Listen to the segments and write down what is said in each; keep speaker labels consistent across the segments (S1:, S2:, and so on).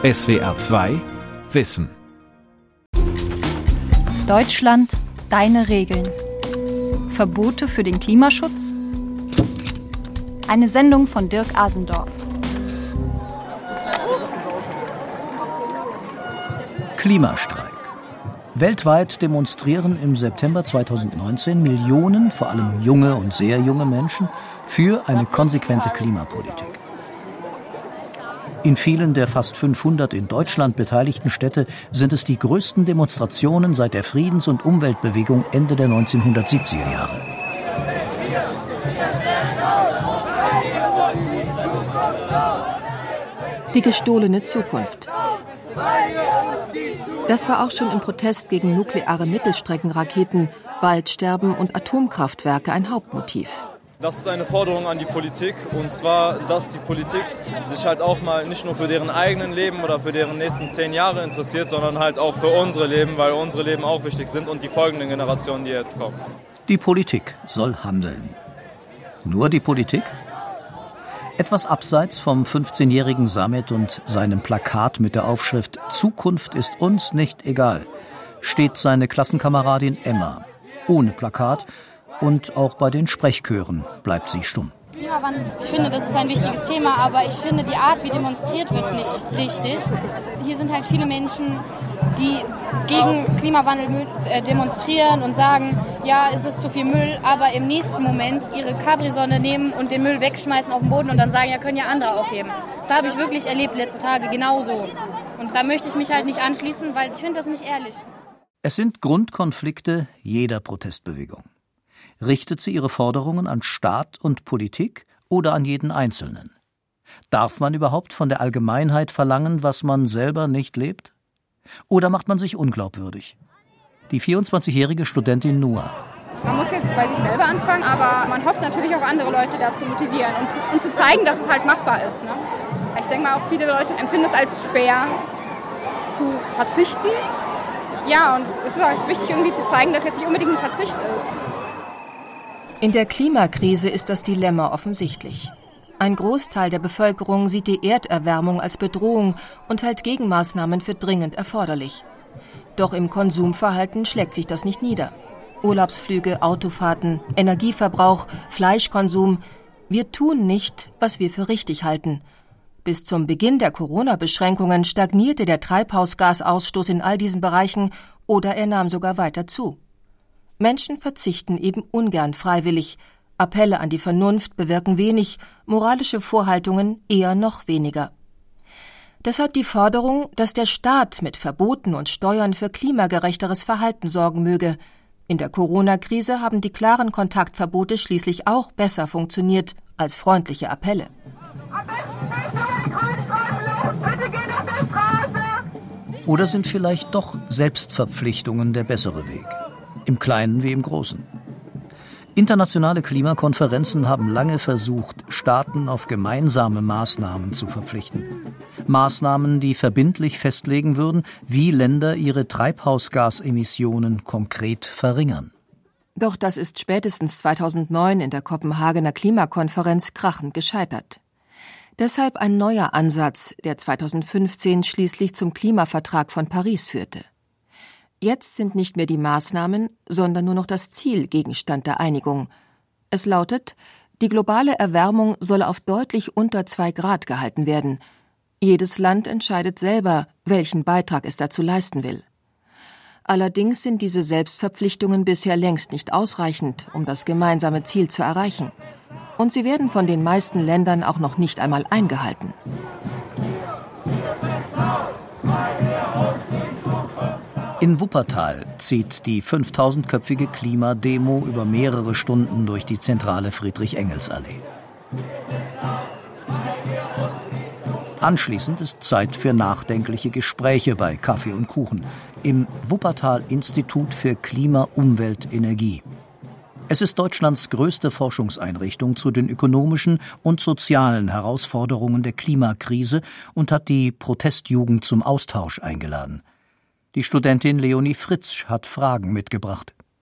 S1: SWR 2 Wissen.
S2: Deutschland, deine Regeln. Verbote für den Klimaschutz? Eine Sendung von Dirk Asendorf.
S3: Klimastreik. Weltweit demonstrieren im September 2019 Millionen, vor allem junge und sehr junge Menschen, für eine konsequente Klimapolitik. In vielen der fast 500 in Deutschland beteiligten Städte sind es die größten Demonstrationen seit der Friedens- und Umweltbewegung Ende der 1970er Jahre.
S4: Die gestohlene Zukunft. Das war auch schon im Protest gegen nukleare Mittelstreckenraketen, Waldsterben und Atomkraftwerke ein Hauptmotiv.
S5: Das ist eine Forderung an die Politik, und zwar, dass die Politik sich halt auch mal nicht nur für deren eigenen Leben oder für deren nächsten 10 Jahre interessiert, sondern halt auch für unsere Leben, weil unsere Leben auch wichtig sind und die folgenden Generationen, die jetzt kommen.
S3: Die Politik soll handeln. Nur die Politik? Etwas abseits vom 15-jährigen Samit und seinem Plakat mit der Aufschrift »Zukunft ist uns nicht egal« steht seine Klassenkameradin Emma. Ohne Plakat. Und auch bei den Sprechchören bleibt sie stumm.
S6: Klimawandel, ich finde, das ist ein wichtiges Thema, aber ich finde, die Art, wie demonstriert wird, nicht richtig. Hier sind halt viele Menschen, die gegen Klimawandel demonstrieren und sagen, ja, es ist zu viel Müll, aber im nächsten Moment ihre Capri-Sonne nehmen und den Müll wegschmeißen auf den Boden und dann sagen, ja, können ja andere aufheben. Das habe ich wirklich erlebt letzte Tage, genauso. Und da möchte ich mich halt nicht anschließen, weil ich finde das nicht ehrlich.
S3: Es sind Grundkonflikte jeder Protestbewegung. Richtet sie ihre Forderungen an Staat und Politik oder an jeden Einzelnen? Darf man überhaupt von der Allgemeinheit verlangen, was man selber nicht lebt? Oder macht man sich unglaubwürdig? Die 24-jährige Studentin Noah.
S7: Man muss jetzt bei sich selber anfangen, aber man hofft natürlich auch andere Leute dazu motivieren und zu zeigen, dass es halt machbar ist. Ne? Ich denke mal, auch viele Leute empfinden es als schwer zu verzichten. Ja, und es ist auch wichtig, irgendwie zu zeigen, dass jetzt nicht unbedingt ein Verzicht ist.
S4: In der Klimakrise ist das Dilemma offensichtlich. Ein Großteil der Bevölkerung sieht die Erderwärmung als Bedrohung und hält Gegenmaßnahmen für dringend erforderlich. Doch im Konsumverhalten schlägt sich das nicht nieder. Urlaubsflüge, Autofahrten, Energieverbrauch, Fleischkonsum. Wir tun nicht, was wir für richtig halten. Bis zum Beginn der Corona-Beschränkungen stagnierte der Treibhausgasausstoß in all diesen Bereichen oder er nahm sogar weiter zu. Menschen verzichten eben ungern freiwillig. Appelle an die Vernunft bewirken wenig, moralische Vorhaltungen eher noch weniger. Deshalb die Forderung, dass der Staat mit Verboten und Steuern für klimagerechteres Verhalten sorgen möge. In der Corona-Krise haben die klaren Kontaktverbote schließlich auch besser funktioniert als freundliche Appelle.
S3: Oder sind vielleicht doch Selbstverpflichtungen der bessere Weg? Im Kleinen wie im Großen. Internationale Klimakonferenzen haben lange versucht, Staaten auf gemeinsame Maßnahmen zu verpflichten. Maßnahmen, die verbindlich festlegen würden, wie Länder ihre Treibhausgasemissionen konkret verringern.
S4: Doch das ist spätestens 2009 in der Kopenhagener Klimakonferenz krachend gescheitert. Deshalb ein neuer Ansatz, der 2015 schließlich zum Klimavertrag von Paris führte. Jetzt sind nicht mehr die Maßnahmen, sondern nur noch das Ziel Gegenstand der Einigung. Es lautet, die globale Erwärmung solle auf deutlich unter 2 Grad gehalten werden. Jedes Land entscheidet selber, welchen Beitrag es dazu leisten will. Allerdings sind diese Selbstverpflichtungen bisher längst nicht ausreichend, um das gemeinsame Ziel zu erreichen. Und sie werden von den meisten Ländern auch noch nicht einmal eingehalten.
S3: In Wuppertal zieht die 5000-köpfige Klimademo über mehrere Stunden durch die zentrale Friedrich-Engels-Allee. Anschließend ist Zeit für nachdenkliche Gespräche bei Kaffee und Kuchen im Wuppertal-Institut für Klima, Umwelt, Energie. Es ist Deutschlands größte Forschungseinrichtung zu den ökonomischen und sozialen Herausforderungen der Klimakrise und hat die Protestjugend zum Austausch eingeladen. Die Studentin Leonie Fritsch hat Fragen mitgebracht.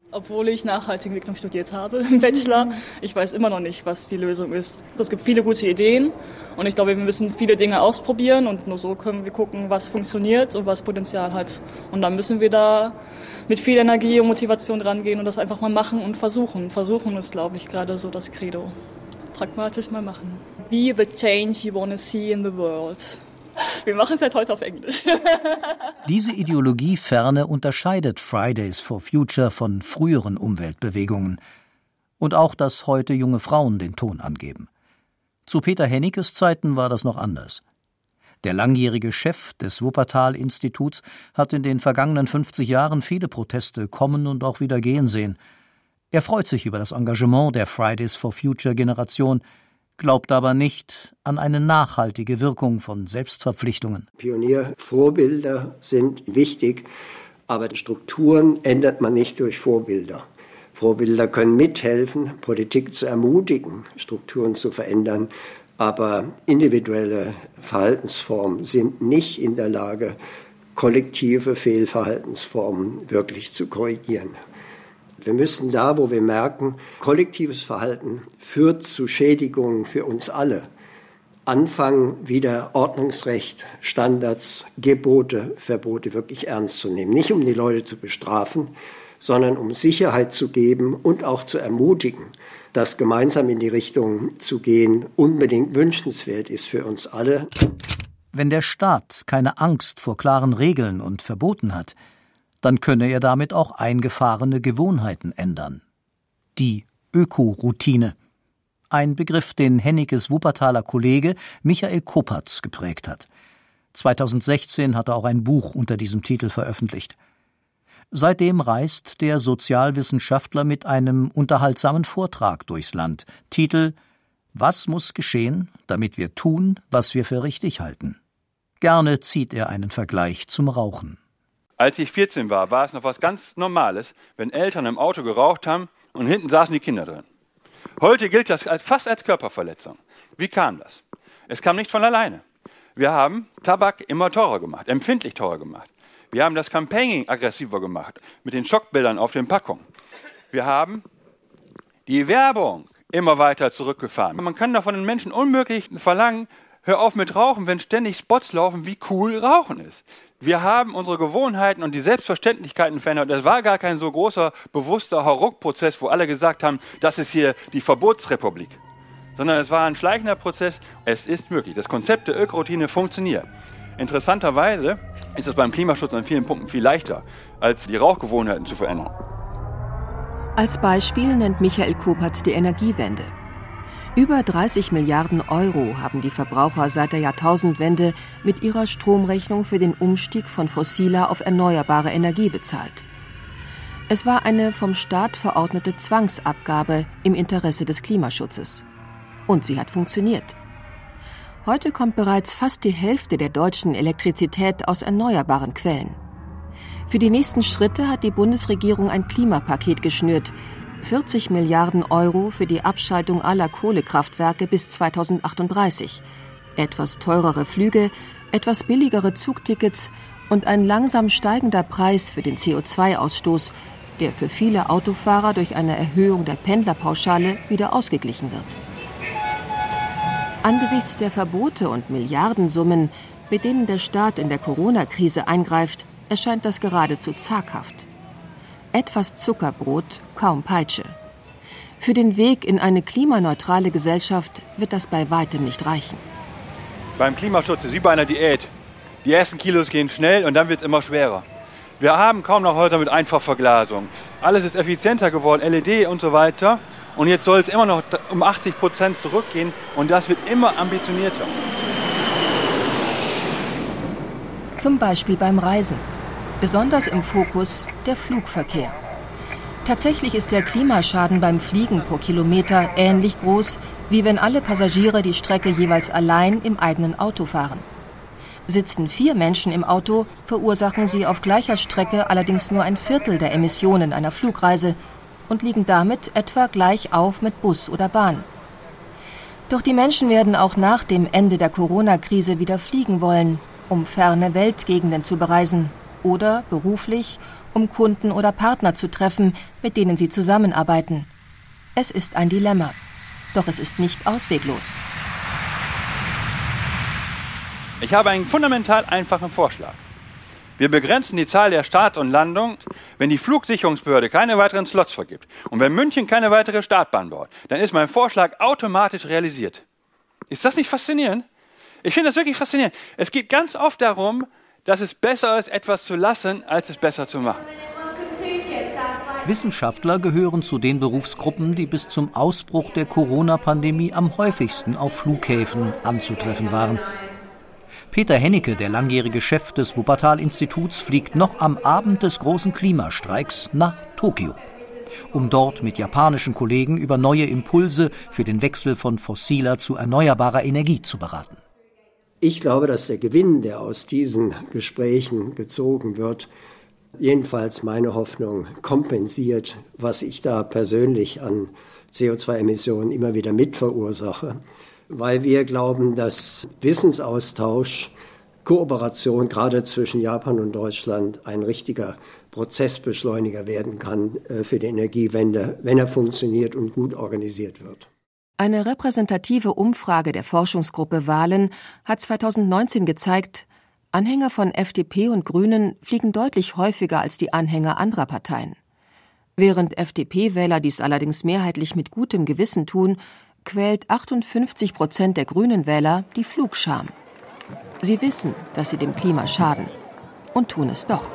S8: Obwohl ich nachhaltige Entwicklung studiert habe im Bachelor, ich weiß immer noch nicht, was die Lösung ist. Es gibt viele gute Ideen und ich glaube, wir müssen viele Dinge ausprobieren und nur so können wir gucken, was funktioniert und was Potenzial hat. Und dann müssen wir da mit viel Energie und Motivation rangehen und das einfach mal machen und versuchen. Versuchen ist, glaube ich, gerade so das Credo. Pragmatisch mal machen. Be the change you want to see in the world. Wir machen es jetzt heute auf Englisch.
S3: Diese Ideologieferne unterscheidet Fridays for Future von früheren Umweltbewegungen. Und auch, dass heute junge Frauen den Ton angeben. Zu Peter Hennickes Zeiten war das noch anders. Der langjährige Chef des Wuppertal-Instituts hat in den vergangenen 50 Jahren viele Proteste kommen und auch wieder gehen sehen. Er freut sich über das Engagement der Fridays for Future-Generation, glaubt aber nicht an eine nachhaltige Wirkung von Selbstverpflichtungen.
S9: Pioniervorbilder sind wichtig, aber die Strukturen ändert man nicht durch Vorbilder. Vorbilder können mithelfen, Politik zu ermutigen, Strukturen zu verändern, aber individuelle Verhaltensformen sind nicht in der Lage, kollektive Fehlverhaltensformen wirklich zu korrigieren. Wir müssen da, wo wir merken, kollektives Verhalten führt zu Schädigungen für uns alle, anfangen, wieder Ordnungsrecht, Standards, Gebote, Verbote wirklich ernst zu nehmen. Nicht um die Leute zu bestrafen, sondern um Sicherheit zu geben und auch zu ermutigen, dass gemeinsam in die Richtung zu gehen unbedingt wünschenswert ist für uns alle.
S3: Wenn der Staat keine Angst vor klaren Regeln und Verboten hat, dann könne er damit auch eingefahrene Gewohnheiten ändern. Die Ökoroutine. Ein Begriff, den Hennickes Wuppertaler Kollege Michael Kopatz geprägt hat. 2016 hat er auch ein Buch unter diesem Titel veröffentlicht. Seitdem reist der Sozialwissenschaftler mit einem unterhaltsamen Vortrag durchs Land. Titel: Was muss geschehen, damit wir tun, was wir für richtig halten? Gerne zieht er einen Vergleich zum Rauchen.
S10: Als ich 14 war, war es noch was ganz Normales, wenn Eltern im Auto geraucht haben und hinten saßen die Kinder drin. Heute gilt das fast als Körperverletzung. Wie kam das? Es kam nicht von alleine. Wir haben Tabak immer teurer gemacht, empfindlich teurer gemacht. Wir haben das Campaigning aggressiver gemacht, mit den Schockbildern auf den Packungen. Wir haben die Werbung immer weiter zurückgefahren. Man kann doch von den Menschen unmöglich verlangen, hör auf mit Rauchen, wenn ständig Spots laufen, wie cool Rauchen ist. Wir haben unsere Gewohnheiten und die Selbstverständlichkeiten verändert. Es war gar kein so großer, bewusster Hauruck-Prozess, wo alle gesagt haben, das ist hier die Verbotsrepublik. Sondern es war ein schleichender Prozess. Es ist möglich. Das Konzept der Ökoroutine funktioniert. Interessanterweise ist es beim Klimaschutz an vielen Punkten viel leichter, als die Rauchgewohnheiten zu verändern.
S4: Als Beispiel nennt Michael Kopatz die Energiewende. Über 30 Milliarden Euro haben die Verbraucher seit der Jahrtausendwende mit ihrer Stromrechnung für den Umstieg von fossiler auf erneuerbare Energie bezahlt. Es war eine vom Staat verordnete Zwangsabgabe im Interesse des Klimaschutzes. Und sie hat funktioniert. Heute kommt bereits fast die Hälfte der deutschen Elektrizität aus erneuerbaren Quellen. Für die nächsten Schritte hat die Bundesregierung ein Klimapaket geschnürt, 40 Milliarden Euro für die Abschaltung aller Kohlekraftwerke bis 2038, etwas teurere Flüge, etwas billigere Zugtickets und ein langsam steigender Preis für den CO2-Ausstoß, der für viele Autofahrer durch eine Erhöhung der Pendlerpauschale wieder ausgeglichen wird. Angesichts der Verbote und Milliardensummen, mit denen der Staat in der Corona-Krise eingreift, erscheint das geradezu zaghaft. Etwas Zuckerbrot, kaum Peitsche. Für den Weg in eine klimaneutrale Gesellschaft wird das bei weitem nicht reichen.
S10: Beim Klimaschutz ist wie bei einer Diät. Die ersten Kilos gehen schnell und dann wird es immer schwerer. Wir haben kaum noch Häuser mit Einfachverglasung. Alles ist effizienter geworden, LED und so weiter. Und jetzt soll es immer noch um 80% zurückgehen und das wird immer ambitionierter.
S4: Zum Beispiel beim Reisen. Besonders im Fokus der Flugverkehr. Tatsächlich ist der Klimaschaden beim Fliegen pro Kilometer ähnlich groß, wie wenn alle Passagiere die Strecke jeweils allein im eigenen Auto fahren. Sitzen 4 Menschen im Auto, verursachen sie auf gleicher Strecke allerdings nur ein Viertel der Emissionen einer Flugreise und liegen damit etwa gleich auf mit Bus oder Bahn. Doch die Menschen werden auch nach dem Ende der Corona-Krise wieder fliegen wollen, um ferne Weltgegenden zu bereisen oder beruflich um Kunden oder Partner zu treffen, mit denen sie zusammenarbeiten. Es ist ein Dilemma, doch es ist nicht ausweglos.
S10: Ich habe einen fundamental einfachen Vorschlag. Wir begrenzen die Zahl der Start und Landung, wenn die Flugsicherungsbehörde keine weiteren Slots vergibt. Und wenn München keine weitere Startbahn baut, dann ist mein Vorschlag automatisch realisiert. Ist das nicht faszinierend? Ich finde das wirklich faszinierend. Es geht ganz oft darum, dass es besser ist, etwas zu lassen, als es besser zu machen.
S3: Wissenschaftler gehören zu den Berufsgruppen, die bis zum Ausbruch der Corona-Pandemie am häufigsten auf Flughäfen anzutreffen waren. Peter Hennecke, der langjährige Chef des Wuppertal-Instituts, fliegt noch am Abend des großen Klimastreiks nach Tokio, um dort mit japanischen Kollegen über neue Impulse für den Wechsel von fossiler zu erneuerbarer Energie zu beraten.
S9: Ich glaube, dass der Gewinn, der aus diesen Gesprächen gezogen wird, jedenfalls meine Hoffnung kompensiert, was ich da persönlich an CO2-Emissionen immer wieder mitverursache. Weil wir glauben, dass Wissensaustausch, Kooperation gerade zwischen Japan und Deutschland ein richtiger Prozessbeschleuniger werden kann für die Energiewende, wenn er funktioniert und gut organisiert wird.
S4: Eine repräsentative Umfrage der Forschungsgruppe Wahlen hat 2019 gezeigt, Anhänger von FDP und Grünen fliegen deutlich häufiger als die Anhänger anderer Parteien. Während FDP-Wähler dies allerdings mehrheitlich mit gutem Gewissen tun, quält 58% der Grünen-Wähler die Flugscham. Sie wissen, dass sie dem Klima schaden und tun es doch.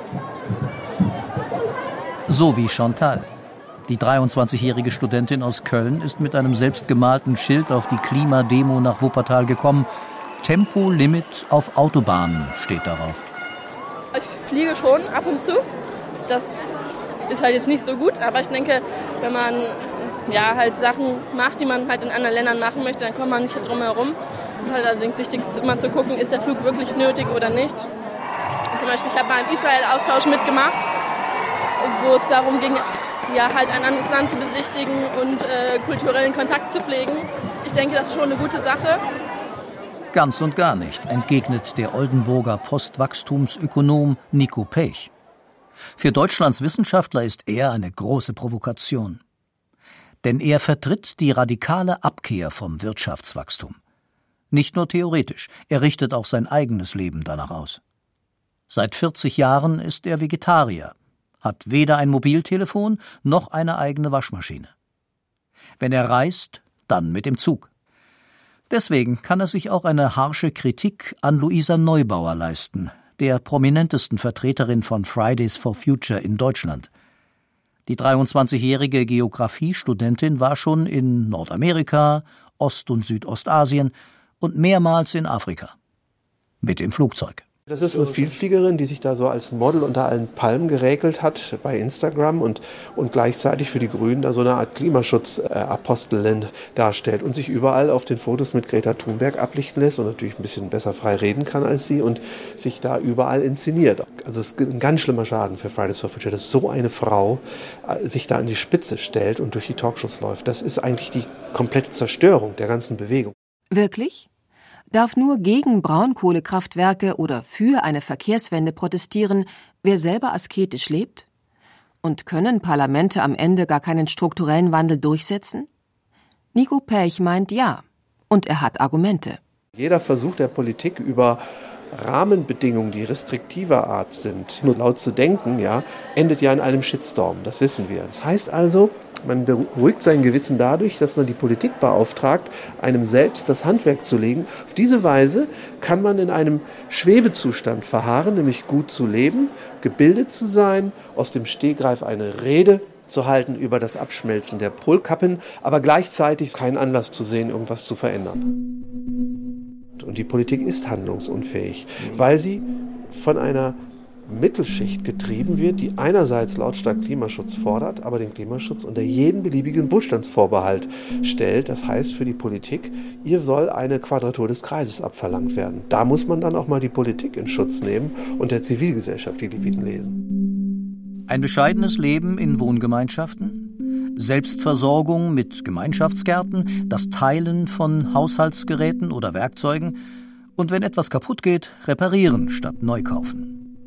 S3: So wie Chantal. Die 23-jährige Studentin aus Köln ist mit einem selbstgemalten Schild auf die Klimademo nach Wuppertal gekommen. Tempolimit auf Autobahnen steht darauf.
S11: Ich fliege schon ab und zu. Das ist halt jetzt nicht so gut, aber ich denke, wenn man halt Sachen macht, die man halt in anderen Ländern machen möchte, dann kommt man nicht drum herum. Es ist halt allerdings wichtig, immer zu gucken, ist der Flug wirklich nötig oder nicht. Zum Beispiel, ich habe beim Israel-Austausch mitgemacht, wo es darum ging, halt ein anderes Land zu besichtigen und kulturellen Kontakt zu pflegen. Ich denke, das ist schon eine gute Sache.
S3: Ganz und gar nicht, entgegnet der Oldenburger Postwachstumsökonom Nico Pech. Für Deutschlands Wissenschaftler ist er eine große Provokation. Denn er vertritt die radikale Abkehr vom Wirtschaftswachstum. Nicht nur theoretisch, er richtet auch sein eigenes Leben danach aus. Seit 40 Jahren ist er Vegetarier, hat weder ein Mobiltelefon noch eine eigene Waschmaschine. Wenn er reist, dann mit dem Zug. Deswegen kann er sich auch eine harsche Kritik an Luisa Neubauer leisten, der prominentesten Vertreterin von Fridays for Future in Deutschland. Die 23-jährige Geografiestudentin war schon in Nordamerika, Ost- und Südostasien und mehrmals in Afrika. Mit dem Flugzeug.
S12: Das ist eine Vielfliegerin, die sich da so als Model unter allen Palmen geräkelt hat bei Instagram und gleichzeitig für die Grünen da so eine Art Klimaschutzapostelin darstellt und sich überall auf den Fotos mit Greta Thunberg ablichten lässt und natürlich ein bisschen besser frei reden kann als sie und sich da überall inszeniert. Also es ist ein ganz schlimmer Schaden für Fridays for Future, dass so eine Frau sich da an die Spitze stellt und durch die Talkshows läuft. Das ist eigentlich die komplette Zerstörung der ganzen Bewegung.
S4: Wirklich? Darf nur gegen Braunkohlekraftwerke oder für eine Verkehrswende protestieren, wer selber asketisch lebt? Und können Parlamente am Ende gar keinen strukturellen Wandel durchsetzen? Nico Pech meint ja. Und er hat Argumente.
S12: Jeder Versuch der Politik über Rahmenbedingungen, die restriktiver Art sind, nur laut zu denken, endet ja in einem Shitstorm. Das wissen wir. Das heißt also, man beruhigt sein Gewissen dadurch, dass man die Politik beauftragt, einem selbst das Handwerk zu legen. Auf diese Weise kann man in einem Schwebezustand verharren, nämlich gut zu leben, gebildet zu sein, aus dem Stegreif eine Rede zu halten über das Abschmelzen der Polkappen, aber gleichzeitig keinen Anlass zu sehen, irgendwas zu verändern. Und die Politik ist handlungsunfähig, weil sie von einer Mittelschicht getrieben wird, die einerseits lautstark Klimaschutz fordert, aber den Klimaschutz unter jeden beliebigen Wohlstandsvorbehalt stellt. Das heißt für die Politik, ihr soll eine Quadratur des Kreises abverlangt werden. Da muss man dann auch mal die Politik in Schutz nehmen und der Zivilgesellschaft die Leviten lesen.
S3: Ein bescheidenes Leben in Wohngemeinschaften, Selbstversorgung mit Gemeinschaftsgärten, das Teilen von Haushaltsgeräten oder Werkzeugen und wenn etwas kaputt geht, reparieren statt neu kaufen.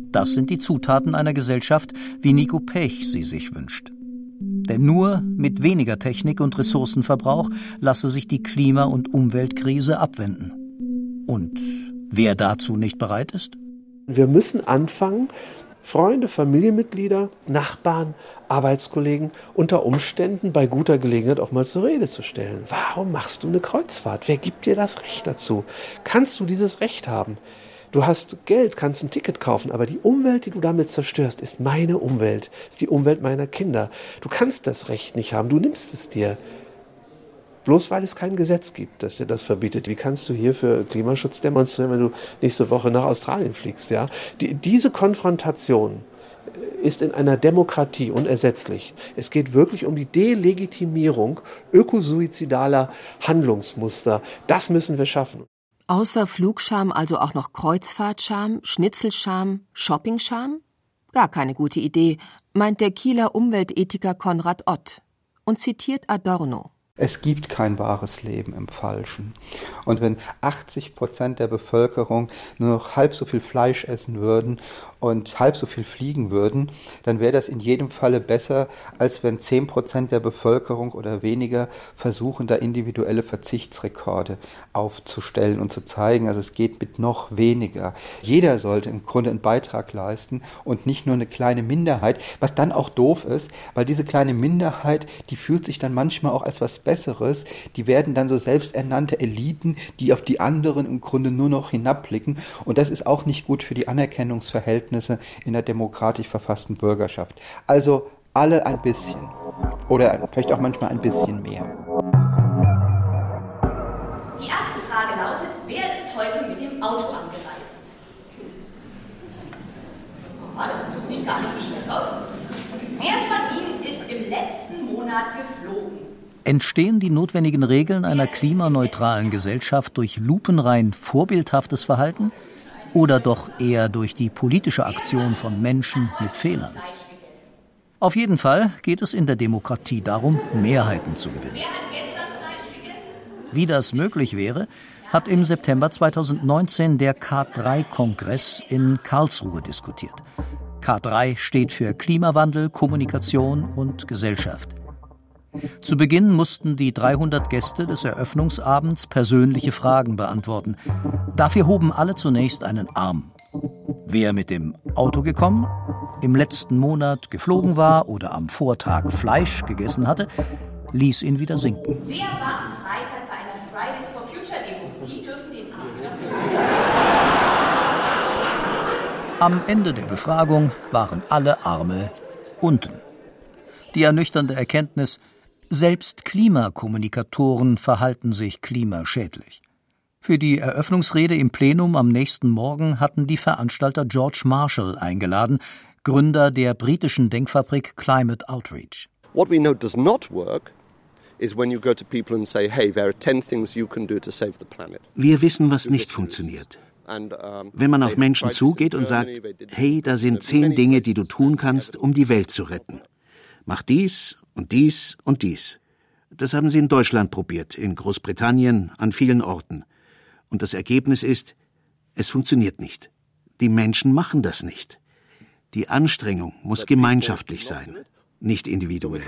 S3: Das sind die Zutaten einer Gesellschaft, wie Nico Pech sie sich wünscht. Denn nur mit weniger Technik und Ressourcenverbrauch lasse sich die Klima- und Umweltkrise abwenden. Und wer dazu nicht bereit ist?
S12: Wir müssen anfangen, Freunde, Familienmitglieder, Nachbarn, Arbeitskollegen unter Umständen bei guter Gelegenheit auch mal zur Rede zu stellen. Warum machst du eine Kreuzfahrt? Wer gibt dir das Recht dazu? Kannst du dieses Recht haben? Du hast Geld, kannst ein Ticket kaufen, aber die Umwelt, die du damit zerstörst, ist meine Umwelt, ist die Umwelt meiner Kinder. Du kannst das Recht nicht haben, du nimmst es dir. Bloß weil es kein Gesetz gibt, das dir das verbietet. Wie kannst du hier für Klimaschutz demonstrieren, wenn du nächste Woche nach Australien fliegst? Ja? Diese Konfrontation ist in einer Demokratie unersetzlich. Es geht wirklich um die Delegitimierung ökosuizidaler Handlungsmuster. Das müssen wir schaffen.
S4: Außer Flugscham also auch noch Kreuzfahrtscham, Schnitzelscham, Shoppingscham? Gar keine gute Idee, meint der Kieler Umweltethiker Konrad Ott und zitiert Adorno.
S13: Es gibt kein wahres Leben im Falschen. Und wenn 80% der Bevölkerung nur noch halb so viel Fleisch essen würden und halb so viel fliegen würden, dann wäre das in jedem Falle besser, als wenn 10% der Bevölkerung oder weniger versuchen, da individuelle Verzichtsrekorde aufzustellen und zu zeigen, also es geht mit noch weniger. Jeder sollte im Grunde einen Beitrag leisten und nicht nur eine kleine Minderheit, was dann auch doof ist, weil diese kleine Minderheit, die fühlt sich dann manchmal auch als was Besseres, die werden dann so selbsternannte Eliten, die auf die anderen im Grunde nur noch hinabblicken, und das ist auch nicht gut für die Anerkennungsverhältnisse in der demokratisch verfassten Bürgerschaft. Also alle ein bisschen oder vielleicht auch manchmal ein bisschen mehr.
S14: Die erste Frage lautet, wer ist heute mit dem Auto angereist? Oh, das sieht gar nicht so schlecht aus. Wer von Ihnen ist im letzten Monat geflogen?
S3: Entstehen die notwendigen Regeln einer klimaneutralen Gesellschaft durch lupenrein vorbildhaftes Verhalten oder doch eher durch die politische Aktion von Menschen mit Fehlern? Auf jeden Fall geht es in der Demokratie darum, Mehrheiten zu gewinnen. Wie das möglich wäre, hat im September 2019 der K3-Kongress in Karlsruhe diskutiert. K3 steht für Klimawandel, Kommunikation und Gesellschaft. Zu Beginn mussten die 300 Gäste des Eröffnungsabends persönliche Fragen beantworten. Dafür hoben alle zunächst einen Arm. Wer mit dem Auto gekommen, im letzten Monat geflogen war oder am Vortag Fleisch gegessen hatte, ließ ihn wieder sinken.
S14: Wer war am Freitag bei einer Fridays for Future Demo? Die dürfen den Arm wieder hoch.
S3: Am Ende der Befragung waren alle Arme unten. Die ernüchternde Erkenntnis: Selbst Klimakommunikatoren verhalten sich klimaschädlich. Für die Eröffnungsrede im Plenum am nächsten Morgen hatten die Veranstalter George Marshall eingeladen, Gründer der britischen Denkfabrik Climate Outreach.
S15: What we know does not work is when you go to people and say, hey, there are 10 things you can do to save the planet.
S16: Wir wissen, was nicht funktioniert. Wenn man auf Menschen zugeht und sagt, hey, da sind 10 Dinge, die du tun kannst, um die Welt zu retten. Mach dies und dies und dies. Das haben sie in Deutschland probiert, in Großbritannien, an vielen Orten. Und das Ergebnis ist, es funktioniert nicht. Die Menschen machen das nicht. Die Anstrengung muss gemeinschaftlich sein, nicht individuell.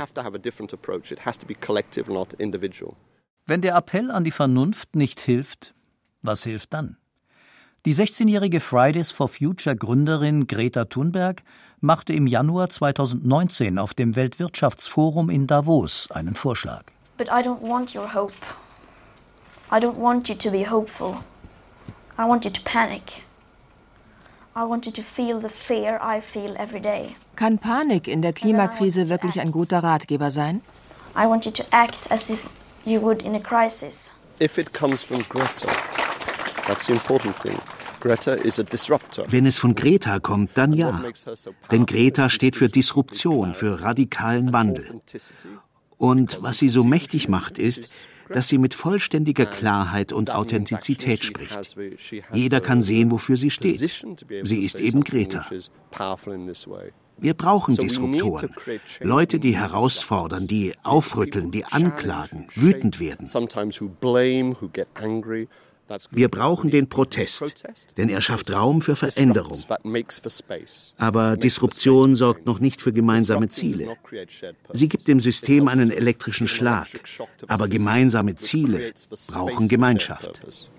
S3: Wenn der Appell an die Vernunft nicht hilft, was hilft dann? Die 16-jährige Fridays for Future Gründerin Greta Thunberg machte im Januar 2019 auf dem Weltwirtschaftsforum in Davos einen Vorschlag.
S17: But I don't want your hope. I don't want you to be hopeful. I want you to panic. I want you to feel the fear I feel every day.
S4: Kann Panik in der Klimakrise wirklich ein guter Ratgeber sein?
S17: I want you to act as if you would in a crisis.
S15: If it comes from Greta, that's the important thing. Greta is a disruptor.
S16: Wenn es von Greta kommt, dann ja. Denn Greta steht für Disruption, für radikalen Wandel. Und was sie so mächtig macht, ist, dass sie mit vollständiger Klarheit und Authentizität spricht. Jeder kann sehen, wofür sie steht. Sie ist eben Greta. Wir brauchen Disruptoren. Leute, die herausfordern, die aufrütteln, die anklagen, wütend werden. Wir brauchen den Protest, denn er schafft Raum für Veränderung. Aber Disruption sorgt noch nicht für gemeinsame Ziele. Sie gibt dem System einen elektrischen Schlag. Aber gemeinsame Ziele brauchen Gemeinschaft.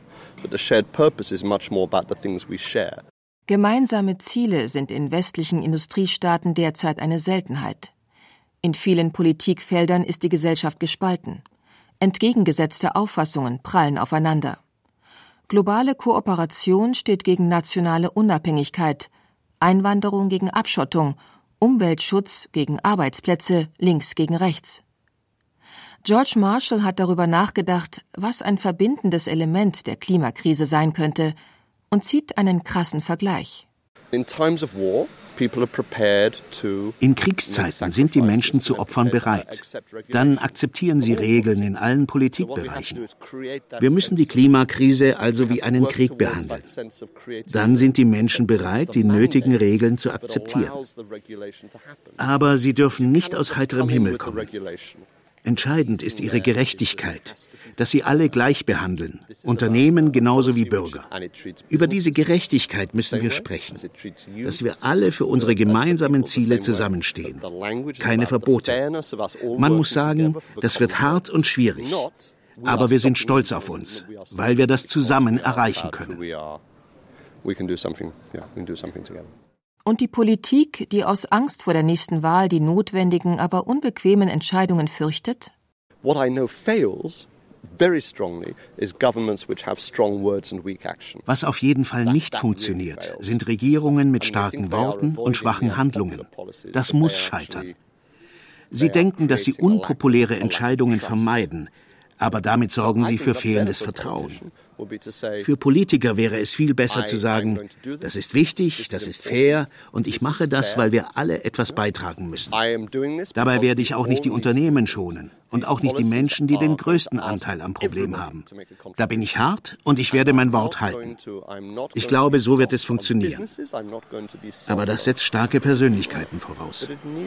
S4: Gemeinsame Ziele sind in westlichen Industriestaaten derzeit eine Seltenheit. In vielen Politikfeldern ist die Gesellschaft gespalten. Entgegengesetzte Auffassungen prallen aufeinander. Globale Kooperation steht gegen nationale Unabhängigkeit, Einwanderung gegen Abschottung, Umweltschutz gegen Arbeitsplätze, links gegen rechts. George Marshall hat darüber nachgedacht, was ein verbindendes Element der Klimakrise sein könnte, und zieht einen krassen Vergleich.
S16: In Kriegszeiten sind die Menschen zu Opfern bereit. Dann akzeptieren sie Regeln in allen Politikbereichen. Wir müssen die Klimakrise also wie einen Krieg behandeln. Dann sind die Menschen bereit, die nötigen Regeln zu akzeptieren. Aber sie dürfen nicht aus heiterem Himmel kommen. Entscheidend ist ihre Gerechtigkeit, dass sie alle gleich behandeln, Unternehmen genauso wie Bürger. Über diese Gerechtigkeit müssen wir sprechen, dass wir alle für unsere gemeinsamen Ziele zusammenstehen. Keine Verbote. Man muss sagen, das wird hart und schwierig, aber wir sind stolz auf uns, weil wir das zusammen erreichen können.
S4: Und die Politik, die aus Angst vor der nächsten Wahl die notwendigen, aber unbequemen Entscheidungen fürchtet?
S16: Was auf jeden Fall nicht funktioniert, sind Regierungen mit starken Worten und schwachen Handlungen. Das muss scheitern. Sie denken, dass sie unpopuläre Entscheidungen vermeiden, aber damit sorgen sie für fehlendes Vertrauen. Für Politiker wäre es viel besser zu sagen, das ist wichtig, das ist fair und ich mache das, weil wir alle etwas beitragen müssen. Dabei werde ich auch nicht die Unternehmen schonen und auch nicht die Menschen, die den größten Anteil am Problem haben. Da bin ich hart und ich werde mein Wort halten. Ich glaube, so wird es funktionieren. Aber das setzt starke Persönlichkeiten voraus.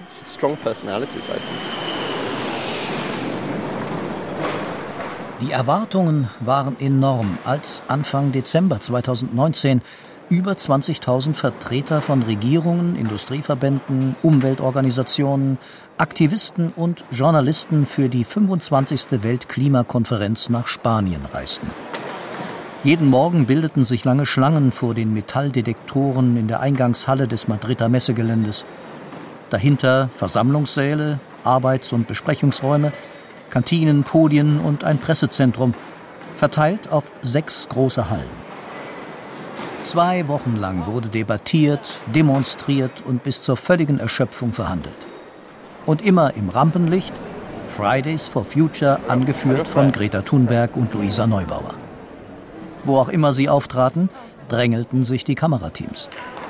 S3: Die Erwartungen waren enorm, als Anfang Dezember 2019 über 20.000 Vertreter von Regierungen, Industrieverbänden, Umweltorganisationen, Aktivisten und Journalisten für die 25. Weltklimakonferenz nach Spanien reisten. Jeden Morgen bildeten sich lange Schlangen vor den Metalldetektoren in der Eingangshalle des Madrider Messegeländes. Dahinter Versammlungssäle, Arbeits- und Besprechungsräume, Kantinen, Podien und ein Pressezentrum, verteilt auf 6 große Hallen. 2 Wochen lang wurde debattiert, demonstriert und bis zur völligen Erschöpfung verhandelt. Und immer im Rampenlicht Fridays for Future, angeführt von Greta Thunberg und Luisa Neubauer. Wo auch immer sie auftraten, drängelten sich die Kamerateams.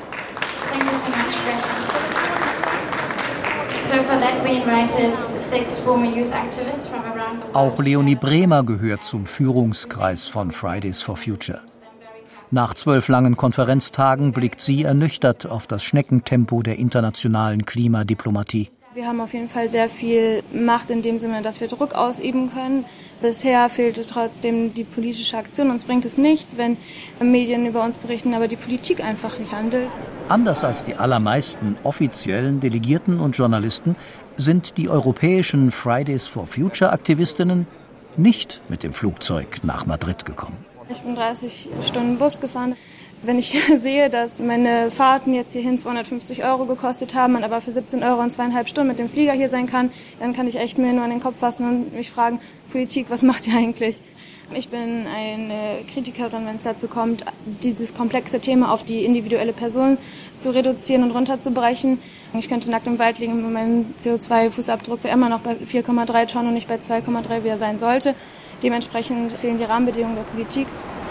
S3: Auch Leonie Bremer gehört zum Führungskreis von Fridays for Future. Nach 12 langen Konferenztagen blickt sie ernüchtert auf das Schneckentempo der internationalen Klimadiplomatie.
S18: Wir haben auf jeden Fall sehr viel Macht in dem Sinne, dass wir Druck ausüben können. Bisher fehlt trotzdem die politische Aktion. Uns bringt es nichts, wenn Medien über uns berichten, aber die Politik einfach nicht handelt.
S3: Anders als die allermeisten offiziellen Delegierten und Journalisten sind die europäischen Fridays for Future Aktivistinnen nicht mit dem Flugzeug nach Madrid gekommen.
S18: Ich bin 30 Stunden Bus gefahren. Wenn ich sehe, dass meine Fahrten jetzt hierhin 250 € gekostet haben, man aber für 17 € und 2,5 Stunden mit dem Flieger hier sein kann, dann kann ich echt mir nur an den Kopf fassen und mich fragen, Politik, was macht ihr eigentlich? Ich bin eine Kritikerin, wenn es dazu kommt, dieses komplexe Thema auf die individuelle Person zu reduzieren und runterzubrechen. Ich könnte nackt im Wald liegen, mein CO2-Fußabdruck wäre immer noch bei 4,3 Tonnen und nicht bei 2,3, wie er sein sollte. Dementsprechend fehlen die Rahmenbedingungen der Politik.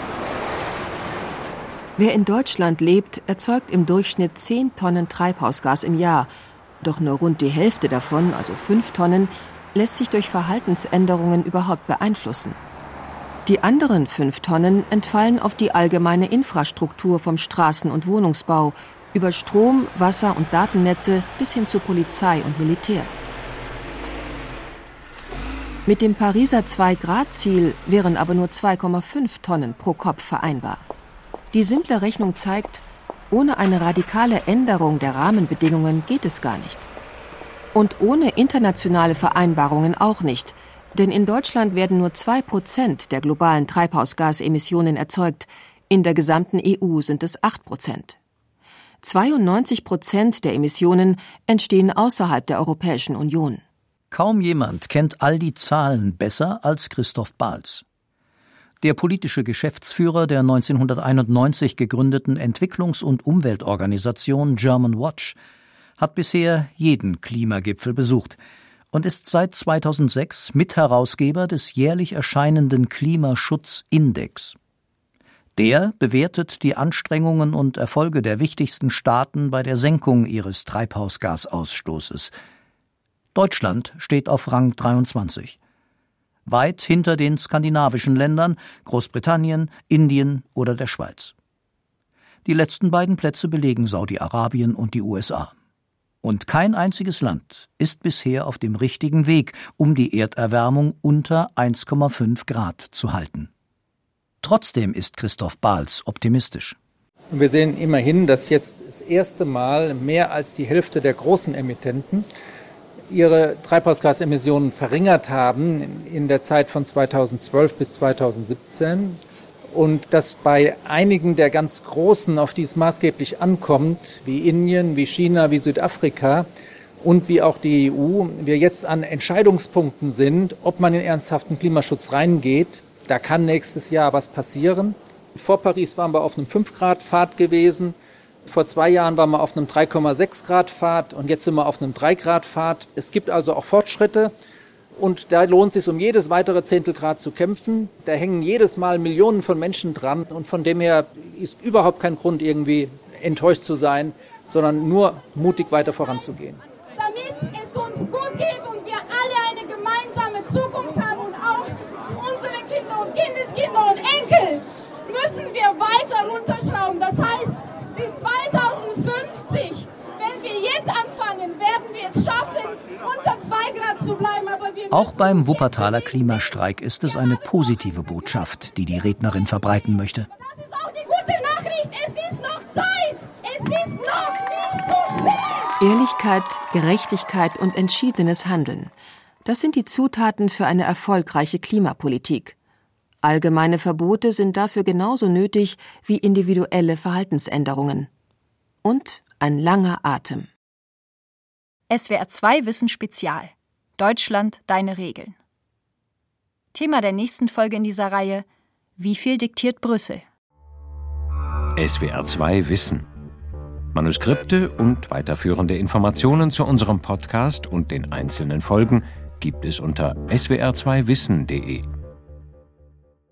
S4: Wer in Deutschland lebt, erzeugt im Durchschnitt 10 Tonnen Treibhausgas im Jahr. Doch nur rund die Hälfte davon, also 5 Tonnen, lässt sich durch Verhaltensänderungen überhaupt beeinflussen. Die anderen 5 Tonnen entfallen auf die allgemeine Infrastruktur vom Straßen- und Wohnungsbau, über Strom, Wasser- und Datennetze bis hin zu Polizei und Militär. Mit dem Pariser 2-Grad-Ziel wären aber nur 2,5 Tonnen pro Kopf vereinbar. Die simple Rechnung zeigt, ohne eine radikale Änderung der Rahmenbedingungen geht es gar nicht. Und ohne internationale Vereinbarungen auch nicht, denn in Deutschland werden nur 2% der globalen Treibhausgasemissionen erzeugt, in der gesamten EU sind es 8%. 92% der Emissionen entstehen außerhalb der Europäischen Union.
S3: Kaum jemand kennt all die Zahlen besser als Christoph Bahls. Der politische Geschäftsführer der 1991 gegründeten Entwicklungs- und Umweltorganisation German Watch hat bisher jeden Klimagipfel besucht und ist seit 2006 Mitherausgeber des jährlich erscheinenden Klimaschutzindex. Der bewertet die Anstrengungen und Erfolge der wichtigsten Staaten bei der Senkung ihres Treibhausgasausstoßes. Deutschland steht auf Rang 23. Weit hinter den skandinavischen Ländern, Großbritannien, Indien oder der Schweiz. Die letzten beiden Plätze belegen Saudi-Arabien und die USA. Und kein einziges Land ist bisher auf dem richtigen Weg, um die Erderwärmung unter 1,5 Grad zu halten. Trotzdem ist Christoph Bahls optimistisch.
S19: Wir sehen immerhin, dass jetzt das erste Mal mehr als die Hälfte der großen Emittenten ihre Treibhausgasemissionen verringert haben in der Zeit von 2012 bis 2017 und dass bei einigen der ganz Großen, auf die es maßgeblich ankommt, wie Indien, wie China, wie Südafrika und wie auch die EU, wir jetzt an Entscheidungspunkten sind, ob man in ernsthaften Klimaschutz reingeht. Da kann nächstes Jahr was passieren. Vor Paris waren wir auf einem 5-Grad-Pfad gewesen. Vor 2 Jahren waren wir auf einem 3,6-Grad-Pfad und jetzt sind wir auf einem 3-Grad-Pfad. Es gibt also auch Fortschritte und da lohnt es sich, um jedes weitere Zehntelgrad zu kämpfen. Da hängen jedes Mal Millionen von Menschen dran und von dem her ist überhaupt kein Grund, irgendwie enttäuscht zu sein, sondern nur mutig weiter voranzugehen.
S20: Damit es uns gut geht und wir alle eine gemeinsame Zukunft haben und auch unsere Kinder und Kindeskinder und Enkel, müssen wir weiter runterschrauben. Das heißt, bis 2050, wenn wir jetzt anfangen, werden wir es schaffen, unter 2 Grad zu bleiben. Aber
S3: auch beim Wuppertaler Klimastreik ist es eine positive Botschaft, die die Rednerin verbreiten möchte.
S20: Das ist auch die gute Nachricht. Es ist noch Zeit. Es ist noch nicht zu spät.
S4: Ehrlichkeit, Gerechtigkeit und entschiedenes Handeln. Das sind die Zutaten für eine erfolgreiche Klimapolitik. Allgemeine Verbote sind dafür genauso nötig wie individuelle Verhaltensänderungen. Und ein langer Atem.
S2: SWR 2 Wissen Spezial. Deutschland, deine Regeln. Thema der nächsten Folge in dieser Reihe: Wie viel diktiert Brüssel?
S1: SWR 2 Wissen. Manuskripte und weiterführende Informationen zu unserem Podcast und den einzelnen Folgen gibt es unter swr2wissen.de.